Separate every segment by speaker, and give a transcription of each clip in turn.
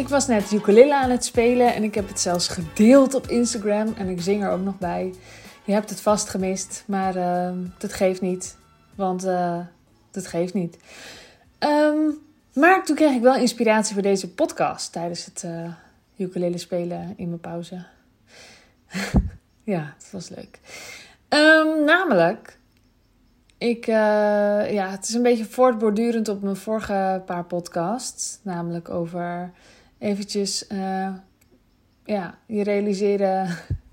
Speaker 1: Ik was net ukulele aan het spelen en ik heb het zelfs gedeeld op Instagram. En ik zing er ook nog bij. Je hebt het vast gemist, maar dat geeft niet. Want dat geeft niet. Maar toen kreeg ik wel inspiratie voor deze podcast tijdens het ukulele spelen in mijn pauze. Ja, het was leuk. Namelijk, het is een beetje voortbordurend op mijn vorige paar podcasts. Namelijk over eventjes je realiseren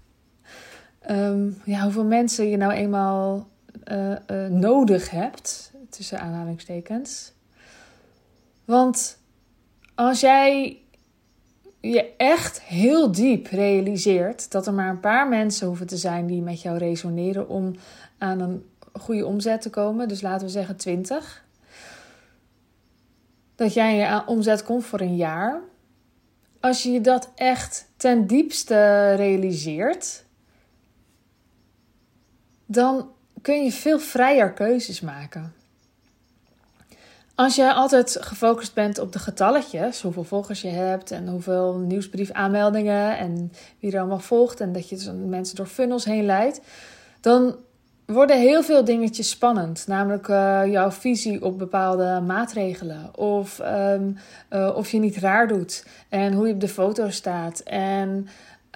Speaker 1: hoeveel mensen je nou eenmaal nodig hebt. Tussen aanhalingstekens. Want als jij je echt heel diep realiseert dat er maar een paar mensen hoeven te zijn die met jou resoneren om aan een goede omzet te komen. Dus laten we zeggen 20. Dat jij je omzet komt voor een jaar. Als je dat echt ten diepste realiseert, dan kun je veel vrijer keuzes maken. Als je altijd gefocust bent op de getalletjes, hoeveel volgers je hebt en hoeveel nieuwsbriefaanmeldingen en wie er allemaal volgt en dat je dus mensen door funnels heen leidt, dan worden heel veel dingetjes spannend. Namelijk jouw visie op bepaalde maatregelen of je niet raar doet en hoe je op de foto staat en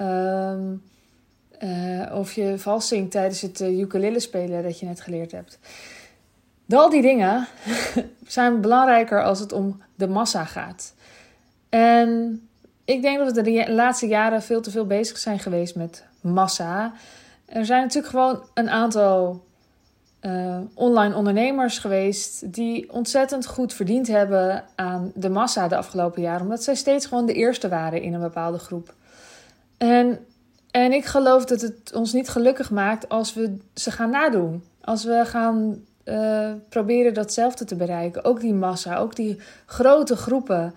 Speaker 1: of je vals zingt tijdens het ukulele spelen dat je net geleerd hebt. Al die dingen zijn belangrijker als het om de massa gaat. En ik denk dat we de laatste jaren veel te veel bezig zijn geweest met massa. Er zijn natuurlijk gewoon een aantal online ondernemers geweest die ontzettend goed verdiend hebben aan de massa de afgelopen jaren. Omdat zij steeds gewoon de eerste waren in een bepaalde groep. En ik geloof dat het ons niet gelukkig maakt als we ze gaan nadoen. Als we gaan proberen datzelfde te bereiken. Ook die massa, ook die grote groepen.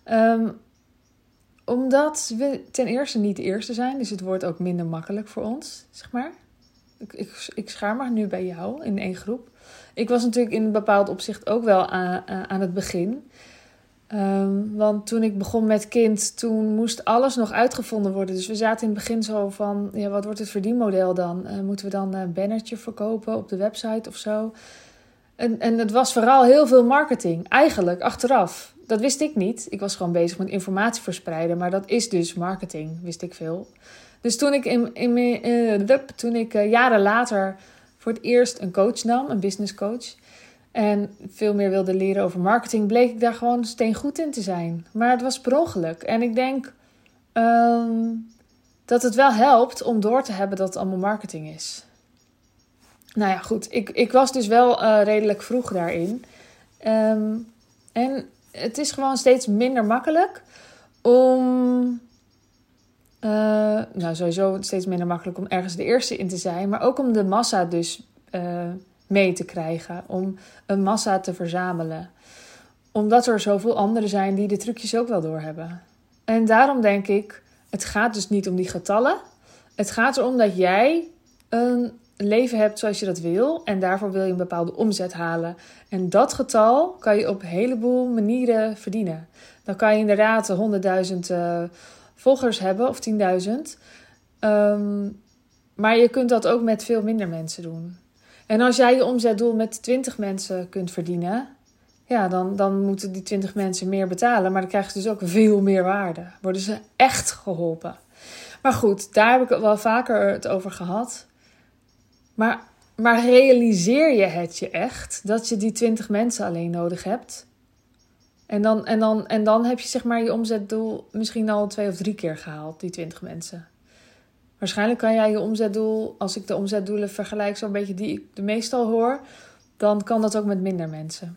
Speaker 1: Omdat we ten eerste niet de eerste zijn. Dus het wordt ook minder makkelijk voor ons, zeg maar. Ik schaar me nu bij jou in één groep. Ik was natuurlijk in een bepaald opzicht ook wel aan het begin. Want toen ik begon met kind, toen moest alles nog uitgevonden worden. Dus we zaten in het begin zo van, ja, wat wordt het verdienmodel dan? Moeten we dan een bannertje verkopen op de website of zo? En het was vooral heel veel marketing, eigenlijk, achteraf. Dat wist ik niet. Ik was gewoon bezig met informatie verspreiden, maar dat is dus marketing, wist ik veel. Dus toen ik jaren later voor het eerst een coach nam, een business coach, en veel meer wilde leren over marketing, bleek ik daar gewoon steengoed in te zijn. Maar het was per ongeluk. En ik denk dat het wel helpt om door te hebben dat het allemaal marketing is. Nou ja, goed. Ik was dus wel redelijk vroeg daarin. En het is gewoon steeds minder makkelijk om sowieso steeds minder makkelijk om ergens de eerste in te zijn. Maar ook om de massa dus mee te krijgen. Om een massa te verzamelen. Omdat er zoveel anderen zijn die de trucjes ook wel doorhebben. En daarom denk ik, het gaat dus niet om die getallen. Het gaat erom dat jij een leven hebt zoals je dat wil. En daarvoor wil je een bepaalde omzet halen. En dat getal kan je op een heleboel manieren verdienen. Dan kan je inderdaad 100.000 volgers hebben of 10.000. Maar je kunt dat ook met veel minder mensen doen. En als jij je omzetdoel met 20 mensen kunt verdienen, ja, dan moeten die 20 mensen meer betalen. Maar dan krijgen ze dus ook veel meer waarde. Worden ze echt geholpen. Maar goed, daar heb ik wel vaker het over gehad. Maar realiseer je het je echt dat je die 20 mensen alleen nodig hebt? En dan heb je zeg maar je omzetdoel misschien al 2 of 3 keer gehaald, die 20 mensen. Waarschijnlijk kan jij je omzetdoel, als ik de omzetdoelen vergelijk zo'n beetje die ik de meestal hoor, dan kan dat ook met minder mensen.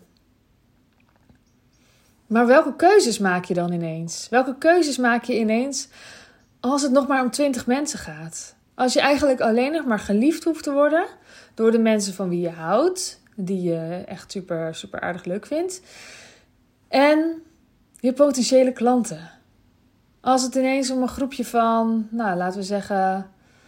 Speaker 1: Maar welke keuzes maak je dan ineens? Welke keuzes maak je ineens als het nog maar om 20 mensen gaat? Als je eigenlijk alleen nog maar geliefd hoeft te worden door de mensen van wie je houdt, die je echt super, super aardig leuk vindt. En je potentiële klanten. Als het ineens om een groepje van, laten we zeggen,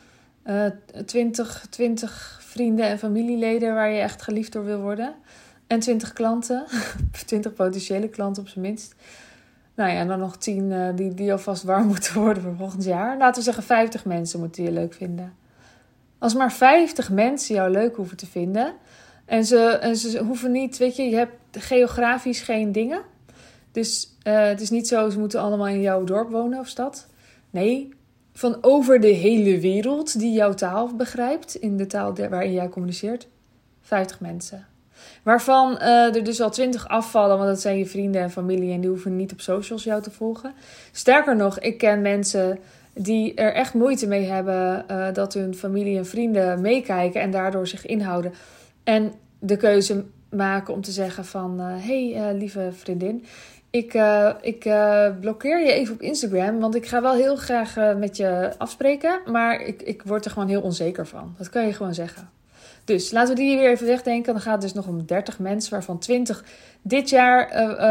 Speaker 1: 20 vrienden en familieleden waar je echt geliefd door wil worden. En 20 klanten, 20 potentiële klanten op zijn minst. Nou ja, en dan nog 10 die alvast warm moeten worden voor volgend jaar. Laten we zeggen 50 mensen moeten je leuk vinden. Als maar 50 mensen jou leuk hoeven te vinden. En ze hoeven niet, weet je hebt geografisch geen dingen. Dus het is niet zo, ze moeten allemaal in jouw dorp wonen of stad. Nee, van over de hele wereld die jouw taal begrijpt. In de taal waarin jij communiceert. 50 mensen. Waarvan er dus al 20 afvallen, want dat zijn je vrienden en familie en die hoeven niet op socials jou te volgen. Sterker nog, ik ken mensen die er echt moeite mee hebben dat hun familie en vrienden meekijken en daardoor zich inhouden. En de keuze maken om te zeggen van, lieve vriendin, ik blokkeer je even op Instagram, want ik ga wel heel graag met je afspreken, maar ik word er gewoon heel onzeker van. Dat kan je gewoon zeggen. Dus laten we die weer even wegdenken. Dan gaat het dus nog om 30 mensen, waarvan 20 dit jaar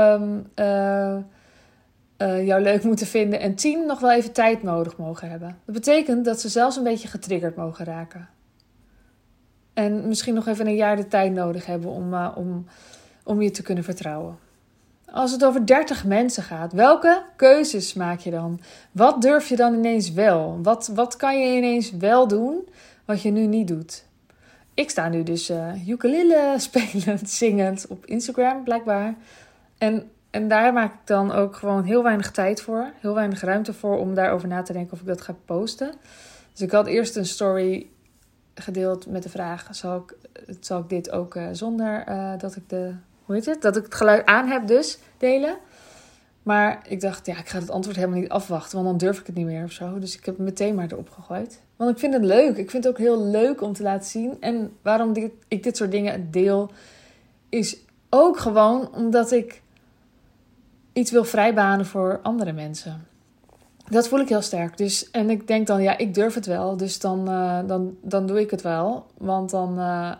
Speaker 1: jou leuk moeten vinden. En 10 nog wel even tijd nodig mogen hebben. Dat betekent dat ze zelfs een beetje getriggerd mogen raken. En misschien nog even een jaar de tijd nodig hebben om je te kunnen vertrouwen. Als het over 30 mensen gaat, welke keuzes maak je dan? Wat durf je dan ineens wel? Wat kan je ineens wel doen wat je nu niet doet? Ik sta nu dus ukulele spelend, zingend op Instagram blijkbaar. En daar maak ik dan ook gewoon heel weinig tijd voor. Heel weinig ruimte voor om daarover na te denken of ik dat ga posten. Dus ik had eerst een story gedeeld met de vraag, zal ik dit ook zonder dat ik dat ik het geluid aan heb dus delen? Maar ik dacht, ik ga het antwoord helemaal niet afwachten, want dan durf ik het niet meer of zo. Dus ik heb het meteen maar erop gegooid. Want ik vind het leuk. Ik vind het ook heel leuk om te laten zien. En waarom ik dit soort dingen deel, is ook gewoon omdat ik iets wil vrijbanen voor andere mensen. Dat voel ik heel sterk. Dus, en ik denk dan, ik durf het wel. Dus dan doe ik het wel. Want dan,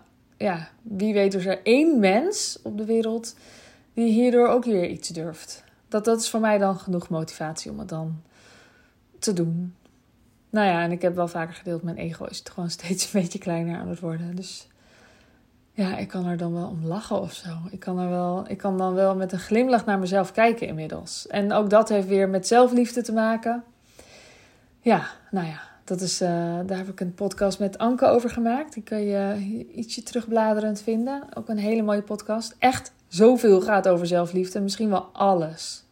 Speaker 1: wie weet, er één mens op de wereld die hierdoor ook weer iets durft. Dat is voor mij dan genoeg motivatie om het dan te doen. Nou ja, en ik heb wel vaker gedeeld, mijn ego is het gewoon steeds een beetje kleiner aan het worden. Dus ja, ik kan er dan wel om lachen of zo. Ik kan dan wel met een glimlach naar mezelf kijken inmiddels. En ook dat heeft weer met zelfliefde te maken. Ja, nou ja, dat is, daar heb ik een podcast met Anke over gemaakt. Die kun je ietsje terugbladerend vinden. Ook een hele mooie podcast. Echt zoveel gaat over zelfliefde. Misschien wel alles.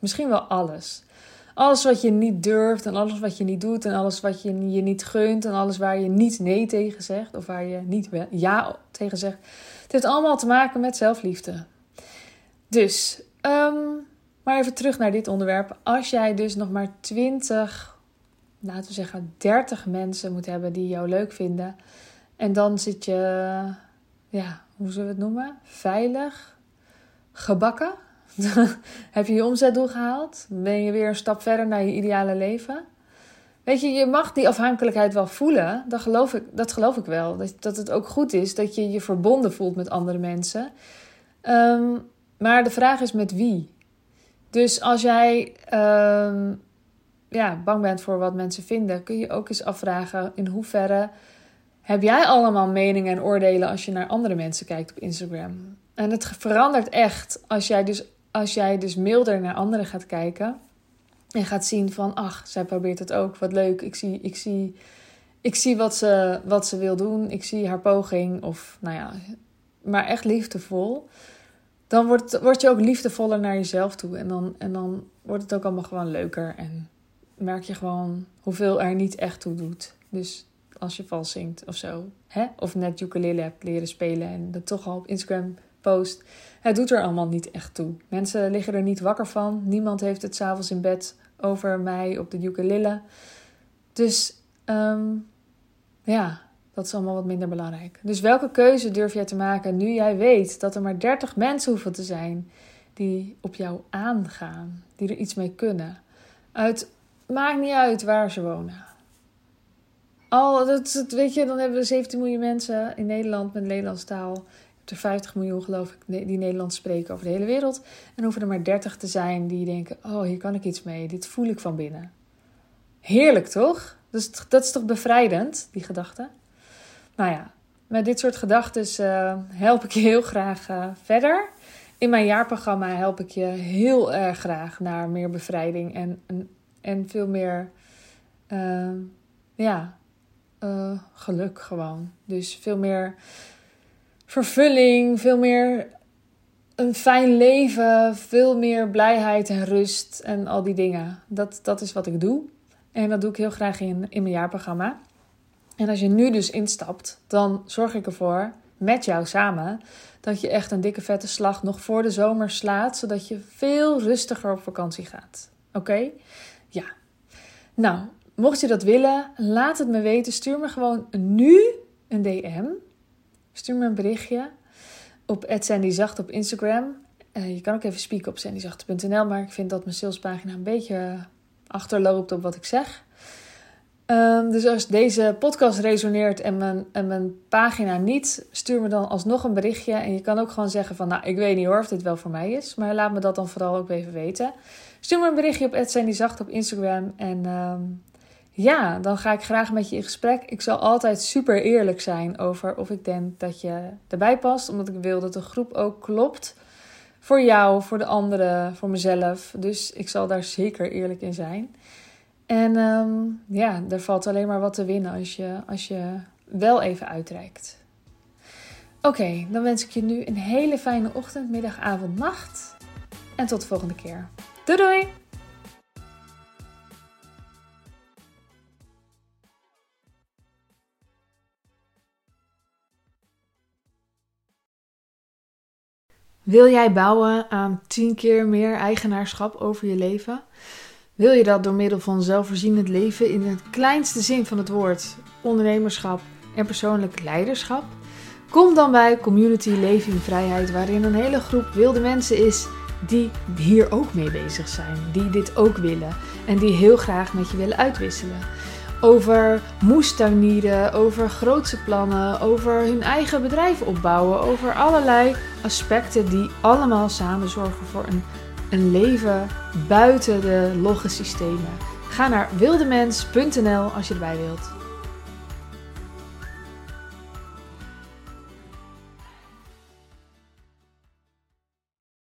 Speaker 1: Alles wat je niet durft en alles wat je niet doet en alles wat je niet gunt en alles waar je niet nee tegen zegt of waar je niet ja tegen zegt. Het heeft allemaal te maken met zelfliefde. Dus, maar even terug naar dit onderwerp. Als jij dus nog maar 20, laten we zeggen 30 mensen moet hebben die jou leuk vinden. En dan zit je, hoe zullen we het noemen? Veilig, gebakken. Heb je je omzetdoel gehaald? Ben je weer een stap verder naar je ideale leven? Weet je, je mag die afhankelijkheid wel voelen. Dat geloof ik wel. Dat het ook goed is dat je je verbonden voelt met andere mensen. Maar de vraag is met wie? Dus als jij bang bent voor wat mensen vinden, kun je ook eens afvragen in hoeverre heb jij allemaal meningen en oordelen als je naar andere mensen kijkt op Instagram. En het verandert echt als jij dus milder naar anderen gaat kijken en gaat zien van, ach, zij probeert het ook, wat leuk. Ik zie wat ze wil doen, ik zie haar poging, of maar echt liefdevol. Dan word je ook liefdevoller naar jezelf toe en dan wordt het ook allemaal gewoon leuker en merk je gewoon hoeveel er niet echt toe doet. Dus als je vals zingt of zo, of net ukulele hebt leren spelen en dat toch al op Instagram post. Het doet er allemaal niet echt toe. Mensen liggen er niet wakker van. Niemand heeft het 's avonds in bed over mij op de ukulele. Dus dat is allemaal wat minder belangrijk. Dus welke keuze durf jij te maken nu jij weet dat er maar 30 mensen hoeven te zijn die op jou aangaan, die er iets mee kunnen? Maakt niet uit waar ze wonen. Weet je, dan hebben we 17 miljoen mensen in Nederland met Nederlandse taal. Je hebt er 50 miljoen, geloof ik, die Nederlands spreken over de hele wereld. En hoeven er maar 30 te zijn die denken, oh, hier kan ik iets mee. Dit voel ik van binnen. Heerlijk, toch? Dus dat is toch bevrijdend, die gedachte? Nou ja, met dit soort gedachten help ik je heel graag verder. In mijn jaarprogramma help ik je heel erg graag naar meer bevrijding en veel meer geluk gewoon. Dus veel meer vervulling, veel meer een fijn leven, veel meer blijheid en rust en al die dingen. Dat is wat ik doe. En dat doe ik heel graag in mijn jaarprogramma. En als je nu dus instapt, dan zorg ik ervoor, met jou samen, dat je echt een dikke vette slag nog voor de zomer slaat, zodat je veel rustiger op vakantie gaat. Oké? Ja. Nou, mocht je dat willen, laat het me weten. Stuur me gewoon nu een DM. Stuur me een berichtje op @sandyzacht op Instagram. Je kan ook even spieken op sandyzacht.nl, maar ik vind dat mijn salespagina een beetje achterloopt op wat ik zeg. Dus als deze podcast resoneert en mijn pagina niet, stuur me dan alsnog een berichtje. En je kan ook gewoon zeggen van, nou, ik weet niet hoor of dit wel voor mij is. Maar laat me dat dan vooral ook even weten. Stuur me een berichtje op @sandyzacht op Instagram. En dan ga ik graag met je in gesprek. Ik zal altijd super eerlijk zijn over of ik denk dat je erbij past. Omdat ik wil dat de groep ook klopt. Voor jou, voor de anderen, voor mezelf. Dus ik zal daar zeker eerlijk in zijn. En er valt alleen maar wat te winnen als je wel even uitreikt. Oké, dan wens ik je nu een hele fijne ochtend, middag, avond, nacht. En tot de volgende keer. Doei doei! Wil jij bouwen aan 10 keer meer eigenaarschap over je leven? Wil je dat door middel van zelfvoorzienend leven in het kleinste zin van het woord, ondernemerschap en persoonlijk leiderschap? Kom dan bij Community Leven in Vrijheid, waarin een hele groep wilde mensen is die hier ook mee bezig zijn, die dit ook willen en die heel graag met je willen uitwisselen. Over moestuinieren, over grootse plannen, over hun eigen bedrijf opbouwen, over allerlei aspecten die allemaal samen zorgen voor een leven buiten de logge systemen. Ga naar wildemens.nl als je erbij wilt.